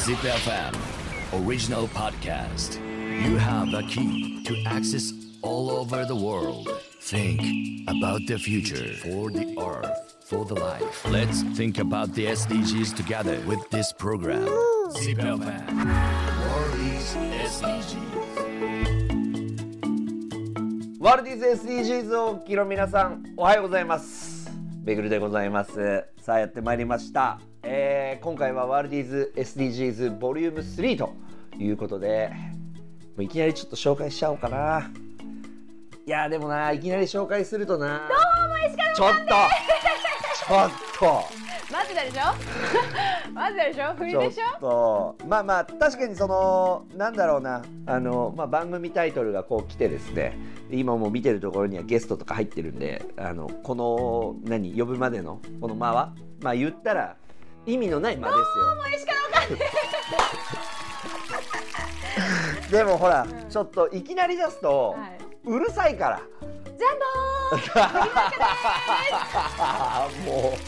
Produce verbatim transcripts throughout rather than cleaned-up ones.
Zip エフエム Original Podcast. You have a key to access all over the world. Think about the future for the earth, for the life. Let's think about the エスディージーズ together with this program. Zip エフエム World is エスディージーズ。 ワールディーズ エスディージーズ をお聞きの皆さん、おはようございます。ベグルでございます。さあやってまいりました、えー、今回はワールディーズ エスディージーズ ボリュームスリーということで、もういきなりちょっと紹介しちゃおうかな。いやでもないきなり紹介するとな、 どうも石川ちょっとちょっと待ってたでしょ待ってたでしょ振りでしちょっとまあまあ確かにそのなんだろうなあの、まあ、番組タイトルがこう来てですね、今も見てるところにはゲストとか入ってるんで、あのこの何呼ぶまでのこの間はまあ言ったら意味のない間ですよ。 どうも石川わかんないでもほら、うん、ちょっといきなり出すと、はい、うるさいからジャンボーもう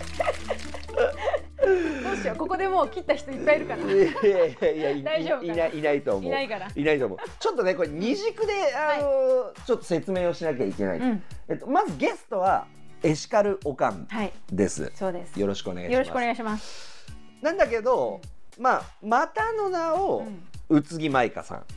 どうしよう、ここでもう切った人いっぱいいるから。いやいやいや大丈夫かな、 いないいないと思う。 いないからいないと思う。ちょっとねこれ二軸であの、はい、ちょっと説明をしなきゃいけない、うん、えっと、まずゲストはエシカルおかんです、はい、 そうです。 よろしくお願いします。 よろしくお願いします。 なんだけど、まあまたの名を、うん、宇津木舞香さん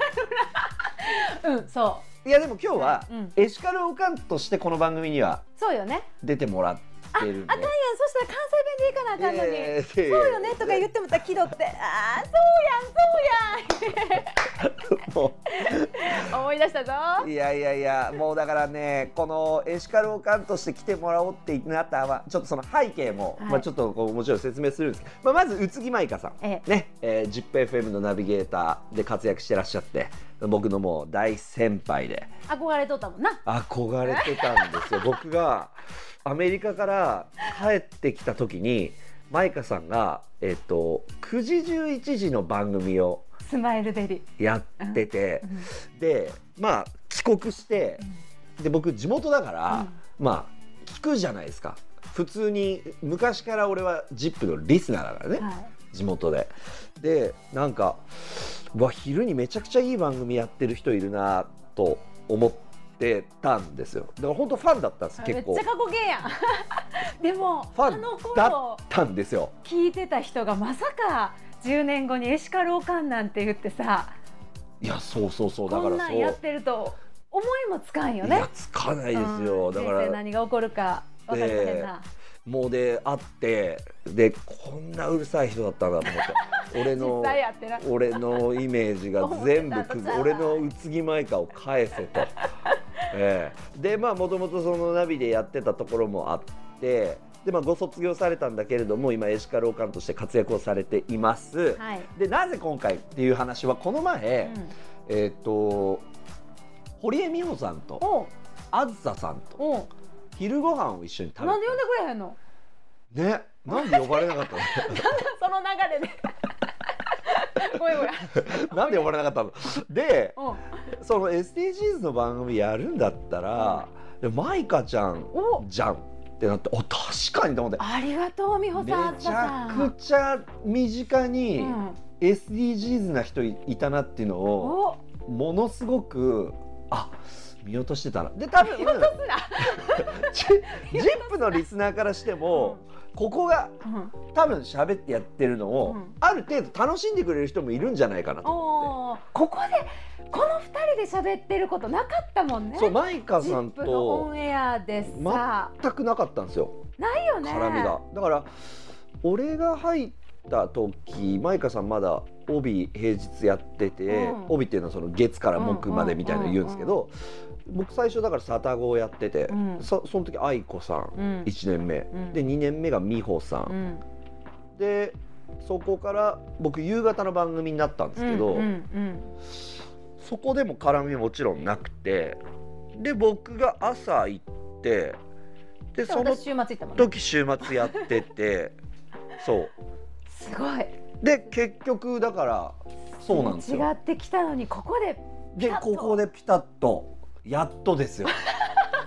うんそう。 いやでも今日は、うん、エシカルおかんとしてこの番組にはそうよね出てもらってるんで、 あ、あかんやん、そしたら関西弁でいかなあかんのに、えー、そうよねとか言ってもた気取って、ああそうやんそうやん思い出したぞ。 いやいやいや、もうだからね、このエシカルおかんとして来てもらおうってなったはちょっとその背景も、はい、まあちょっとこうもちろん説明するんですけど、まあ、まず宇津木舞香さん、ええね、えー、ジップエフエム のナビゲーターで活躍してらっしゃって、僕のもう大先輩で憧れとったもんな。 憧れてたんですよ僕がアメリカから帰ってきた時に舞香さんが、えっと、くじじゅういちじの番組をスマイルデリやってて、うんうん、でまあ帰国して、うん、で僕地元だから、うん、まあ聞くじゃないですか。普通に昔から俺は ジップ のリスナーだからね、はい、地元で。でなんかわ昼にめちゃくちゃいい番組やってる人いるなと思ってたんですよ。だから本当ファンだったんです。結構めっちゃ過去形やんでもファンだったんですよ。 聞いてた人がまさかじゅうねんごにエシカルおかんなんて言ってさ、 いやそうそうそう、だからそうこんなんやってると思いもつかんよね。 いやつかないですよ、うん、だから何が起こるか分かりませんな。 もうで会ってでこんなうるさい人だったんだと思って俺の俺のイメージが全部俺の宇津木舞香を返せと、えー、でまあもともとそのナビでやってたところもあって、で、まあ、ご卒業されたんだけれども今エシカルおかんとして活躍をされています、はい、でなぜ今回っていう話はこの前、うん、えっと堀江美穂さんとあずささんと昼ご飯を一緒に食べて、 なんで呼んでくれへんのね、なんで呼ばれなかったのその流れでごめんごめんなんで呼ばれなかったので、その エスディージーズ の番組やるんだったら、うん、舞香ちゃんじゃんってなって、お確かにと思って、 ありがとう美穂さん。 めちゃくちゃ身近に エスディージーズ な人いたなっていうのをものすごくあ見落としてたな。で多分ジップ のリスナーからしても、うん、ここが、うん、多分喋ってやってるのを、うん、ある程度楽しんでくれる人もいるんじゃないかなと思って。 ここでこのふたりで喋ってることなかったもんね。 そう、舞香さんとジップ のオンエアでさ全くなかったんですよ。 ないよね、 絡みが。だから俺が入った時舞香さんまだ帯平日やってて、うん、帯っていうのはその月から木までみたいなの言うんですけど、僕最初だからサタゴーやってて、うん、そ, その時愛子さん、うん、いちねんめ、うん、でにねんめが美穂さん、うん、でそこから僕夕方の番組になったんですけど、うんうんうん、そこでも絡みもちろんなくて、で僕が朝行ってでその時週末やっててそうすごい。 で結局だからそうなんですよ。 違ってきたのにここででここでピタッとやっとですよ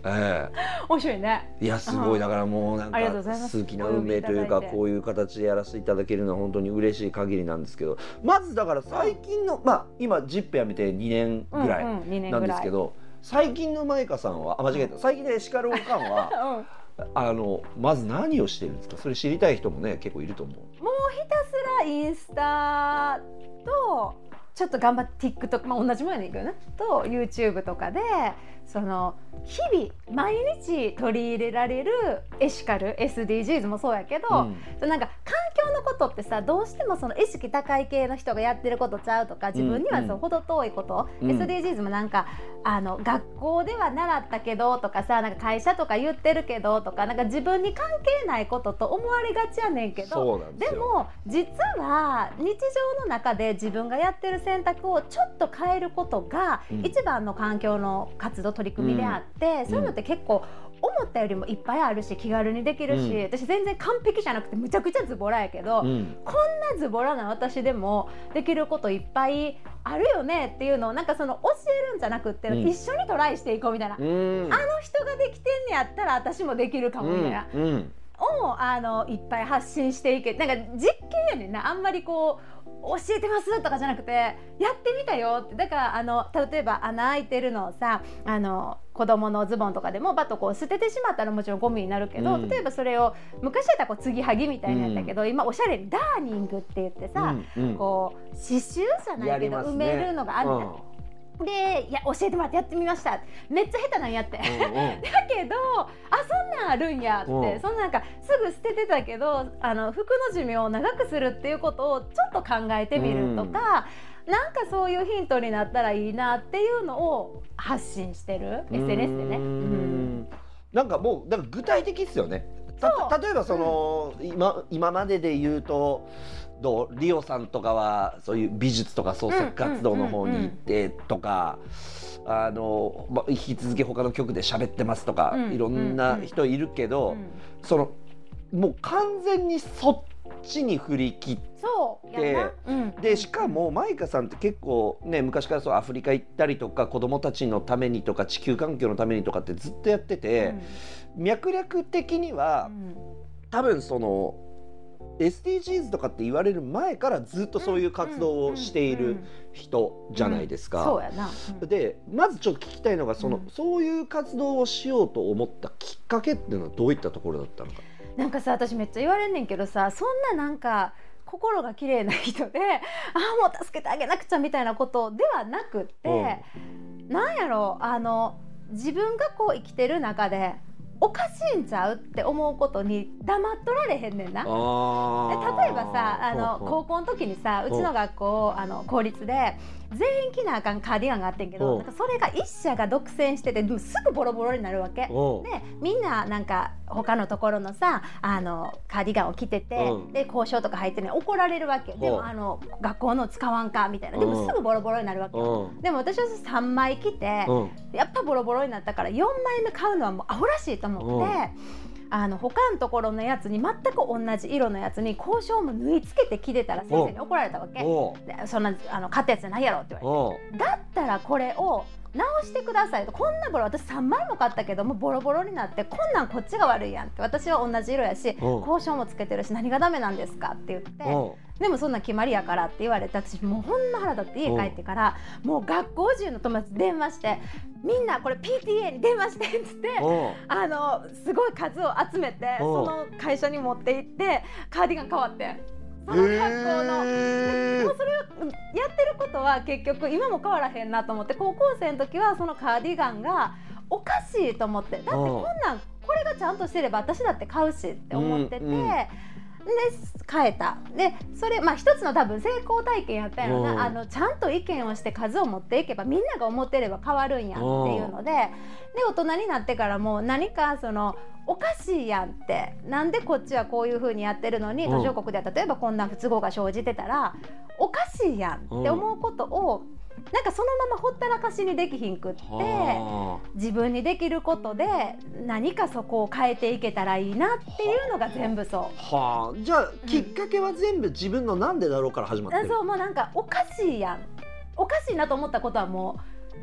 ええ、 面白いね。 いやすごい、だからもうなんか好きな運命というか、こういう形でやらせていただけるのは本当に嬉しい限りなんですけど、まずだから最近の、まあ今ジップやめてにねんぐらいなんですけど、最近のマイカさんは、あ間違えた、最近のエシカルオカンはあのまず何をしてるんですか？それ知りたい人もね結構いると思う。 もうひたすらインスタとちょっと頑張って TikTok、まあ、同じものやねんけどね、と YouTube とかでその日々毎日取り入れられるエシカル エスディージーズ もそうやけど、うん、なんか環境のことってさ、どうしてもその意識高い系の人がやってることちゃうとか、自分にはそう程遠いこと、うん、エスディージーズ もなんかあの学校では習ったけどとかさ、なんか会社とか言ってるけどとか、なんか自分に関係ないことと思われがちやねんけど、でも実は日常の中で自分がやってる選択をちょっと変えることが一番の環境の活動取り組みであって、うん、そういうのって結構思ったよりもいっぱいあるし気軽にできるし、うん、私全然完璧じゃなくてむちゃくちゃズボラやけど、うん、こんなズボラな私でもできることいっぱいあるよねっていうのをなんかその教えるんじゃなくって、うん、一緒にトライしていこうみたいな、うん、あの人ができてんねやったら私もできるかもみたいな、うんうん、をあのいっぱい発信していけ、なんか実験やねんな、あんまりこう教えてますとかじゃなくてやってみたよって。だからあの例えば穴開いてるのをさ、あの子供のズボンとかでもバッとこう捨ててしまったらもちろんゴミになるけど、うん、例えばそれを昔だったらこう継ぎはぎみたいなやったけど、うん、今おしゃれにダーニングって言ってさ、うんうん、こう刺繍じゃないけど、ね、埋めるのがあるんだよ、うんでいや教えてもらってやってみました。めっちゃ下手なんやって、うんうん、だけどあそんなんあるんやって、うん、そんなんかすぐ捨ててたけどあの服の寿命を長くするっていうことをちょっと考えてみるとか、うん、なんかそういうヒントになったらいいなっていうのを発信してる エスエヌエス でね、うん、 なんかもうなんか具体的ですよね。た例えばその、うん、今, 今までで言うとどうリオさんとかはそういう美術とか創作活動の方に行ってとか、あの、ま、引き続き他の局で喋ってますとか、うん、いろんな人いるけど、うん、そのもう完全にそっちに振り切って、うん、でしかもマイカさんって結構ね昔からそうアフリカ行ったりとか子どもたちのためにとか地球環境のためにとかってずっとやってて、うん、脈絡的には、うん、多分そのエスディージーズ とかって言われる前からずっとそういう活動をしている人じゃないですか。 そうやな、 うん、でまずちょっと聞きたいのがその、うん、そういう活動をしようと思ったきっかけっていうのはどういったところだったのか。 なんかさ私めっちゃ言われんねんけどさ、そんななんか心が綺麗な人でああもう助けてあげなくちゃみたいなことではなくって、うん、なんやろあの自分がこう生きてる中でおかしいんちゃうって思うことに黙っとられへんねんな。例えばさあの高校の時にさうちの学校あの公立で全員着なあかんカーディガンがあってんけど、なんかそれが一社が独占しててすぐボロボロになるわけで、みんななんか他のところのさあのカーディガンを着てて、で交渉とか入ってね怒られるわけ。でもあの学校の使わんかみたいな、でもすぐボロボロになるわけよ。でも私はさんまい着てやっぱボロボロになったからよんまいめ買うのはもうアホらしいと思って、あの他のところのやつに全く同じ色のやつに交渉も縫い付けて着てたら先生に怒られたわけで、そんなあの買ったやつじゃないやろって言われて、だったらこれを直してくださいと、こんなボロ私さんまいも買ったけどもボロボロになってこんなんこっちが悪いやんって、私は同じ色やし交渉もつけてるし何がダメなんですかって言って、でもそんな決まりやからって言われて、私もうほんま腹立って家帰ってからもう学校中の友達電話してみんなこれ ピーティーエー に電話してって言ってあのすごい数を集めてその会社に持って行ってカーディガン変わって。その学校の、えー、もうそれをやってることは結局今も変わらへんなと思って、高校生の時はそのカーディガンがおかしいと思って、だってこんなんこれがちゃんとしてれば私だって買うしって思ってて、うんうん、で変えた。でそれまあ一つの多分成功体験やったよな、あのちゃんと意見をして数を持っていけばみんなが思ってれば変わるんやっていうので、で大人になってからも何かそのおかしいやんって、なんでこっちはこういう風にやってるのに途上国では例えばこんな不都合が生じてたらおかしいやんって思うことをなんかそのままほったらかしにできひんくって、自分にできることで何かそこを変えていけたらいいなっていうのが全部そう。 はあ、じゃあきっかけは全部自分のなんでだろうから始まってる、 うん、そうもうなんかおかしいやん、おかしいなと思ったことはもう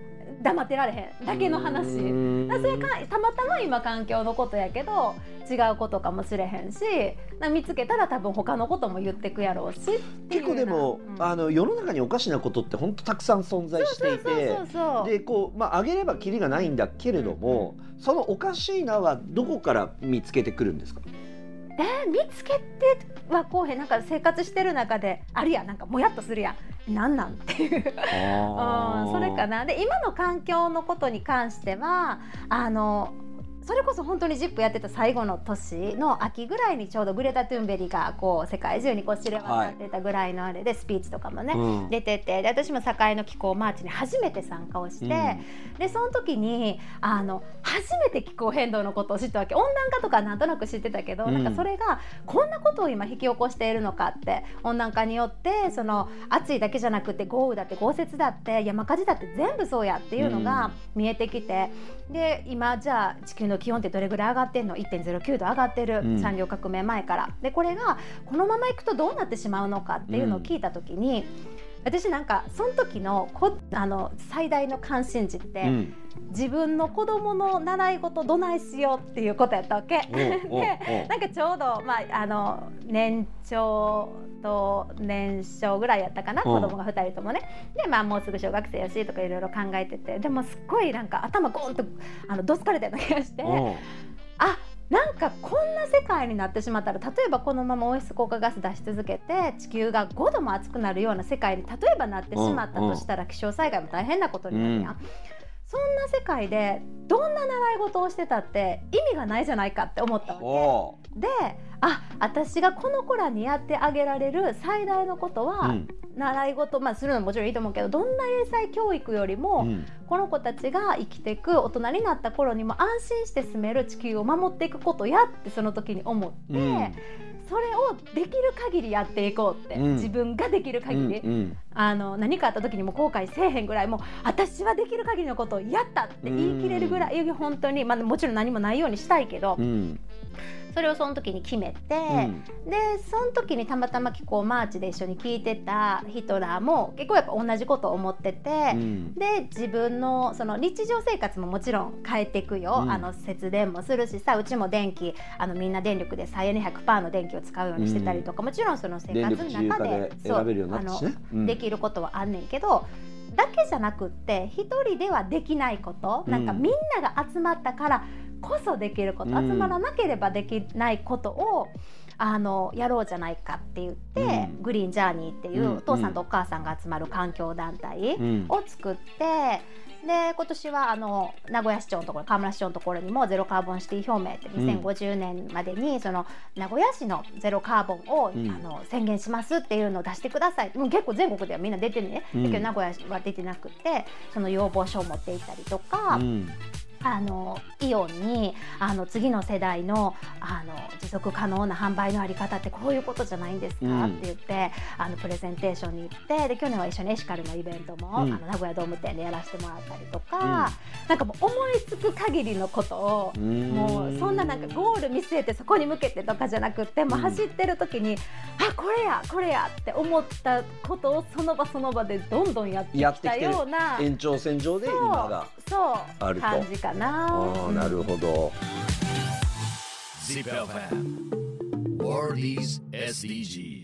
黙ってられへんだけの話。だそれかたまたま今環境のことやけど違うことかもしれへんし、見つけたら多分他のことも言ってくやろうしっていう。 結構でも、うん、あの世の中におかしなことって本当たくさん存在していて、でこうまああげればキリがないんだけれども、うんうん、そのおかしいなはどこから見つけてくるんですか？ えー、見つけてはこうへん。なんか生活してる中であるやん、なんかもやっとするやん、なんなんっていう、あそれかな。で今の環境のことに関してはあのそれこそ本当にジップやってた最後の年の秋ぐらいにちょうどグレタ・トゥンベリがこう世界中にこう知れ渡ってたぐらいのあれでスピーチとかもね、うん、出てて、で私も堺の気候マーチに初めて参加をして、うん、でその時にあの初めて気候変動のことを知ったわけ。温暖化とかなんとなく知ってたけど、うん、なんかそれがこんなことを今引き起こしているのかって、温暖化によってその暑いだけじゃなくて豪雨だって豪雪だって山火事だって全部そうやっていうのが見えてきて、うん、で今じゃあ地球の気温ってどれぐらい上がってんの？ いってんゼロきゅう 度上がってる、うん、産業革命前から。でこれがこのままいくとどうなってしまうのかっていうのを聞いた時に、うん、私なんかその時のこあの最大の関心事って、うん、自分の子供の習い事どないしようっていうことやったわけ。でなんかちょうど、まあ、あの年長と年少ぐらいやったかな、子供がふたりともね。で、まあ、もうすぐ小学生やしとかいろいろ考えてて、でもすっごいなんか頭ゴーンとあのどつかれたような気がして、あなんかこんな世界になってしまったら、例えばこのまま温室効果ガス出し続けて地球がごども暑くなるような世界に例えばなってしまったとしたら、気象災害も大変なことになるやん、うん、そんな世界でどんな習い事をしてたって意味がないじゃないかって思ったわけで、あ私がこの子らにやってあげられる最大のことは、うん、習い事、まあ、するのももちろんいいと思うけど、どんな英才教育よりも、うん、この子たちが生きていく大人になった頃にも安心して住める地球を守っていくことやってその時に思って、うん、それをできる限りやっていこうって、うん、自分ができる限り、うんうん、あの何かあった時にも後悔せえへんぐらい、もう私はできる限りのことをやったって言い切れるぐらい、本当に、まあ、もちろん何もないようにしたいけど、うんそれをその時に決めて、うん、でその時にたまたま気候マーチで一緒に聞いてたヒトラーも結構やっぱ同じことを思ってて、うん、で自分のその日常生活ももちろん変えていくよ、うん、あの節電もするしさ、うちも電気あのみんな電力で再エネ ひゃくパーセント の電気を使うようにしてたりとか、うん、もちろんその生活の中で選べるようになったしね、うん、できることはあんねんけど、だけじゃなくって一人ではできないこと、うん、なんかみんなが集まったからこそできること、うん、集まらなければできないことをあのやろうじゃないかって言って、うん、グリーンジャーニーっていう、うん、お父さんとお母さんが集まる環境団体を作って、うん、で今年はあの名古屋市長のところ、河村市長のところにもゼロカーボンシティ表明ってにせんごじゅうねんまでにその名古屋市のゼロカーボンを、うん、あの宣言しますっていうのを出してください。もう結構全国ではみんな出てるね、うん、だけど名古屋は出てなくて、その要望書を持っていったりとか、うんあのイオンにあの次の世代 の, あの持続可能な販売のあり方ってこういうことじゃないんですか、うん、って言ってあのプレゼンテーションに行って、で去年は一緒にエシカルのイベントも、うん、あの名古屋ドーム店でやらせてもらったりとか、うん、なんかもう思いつく限りのことを、うん、もうそんななんかゴール見据えてそこに向けてとかじゃなくって、もう走ってる時に、うん、あこれやこれやって思ったことをその場その場でどんどんやってきたような延長線上で今があると感じかな。 あなるほど。 ジップ エフエム World is エスディージー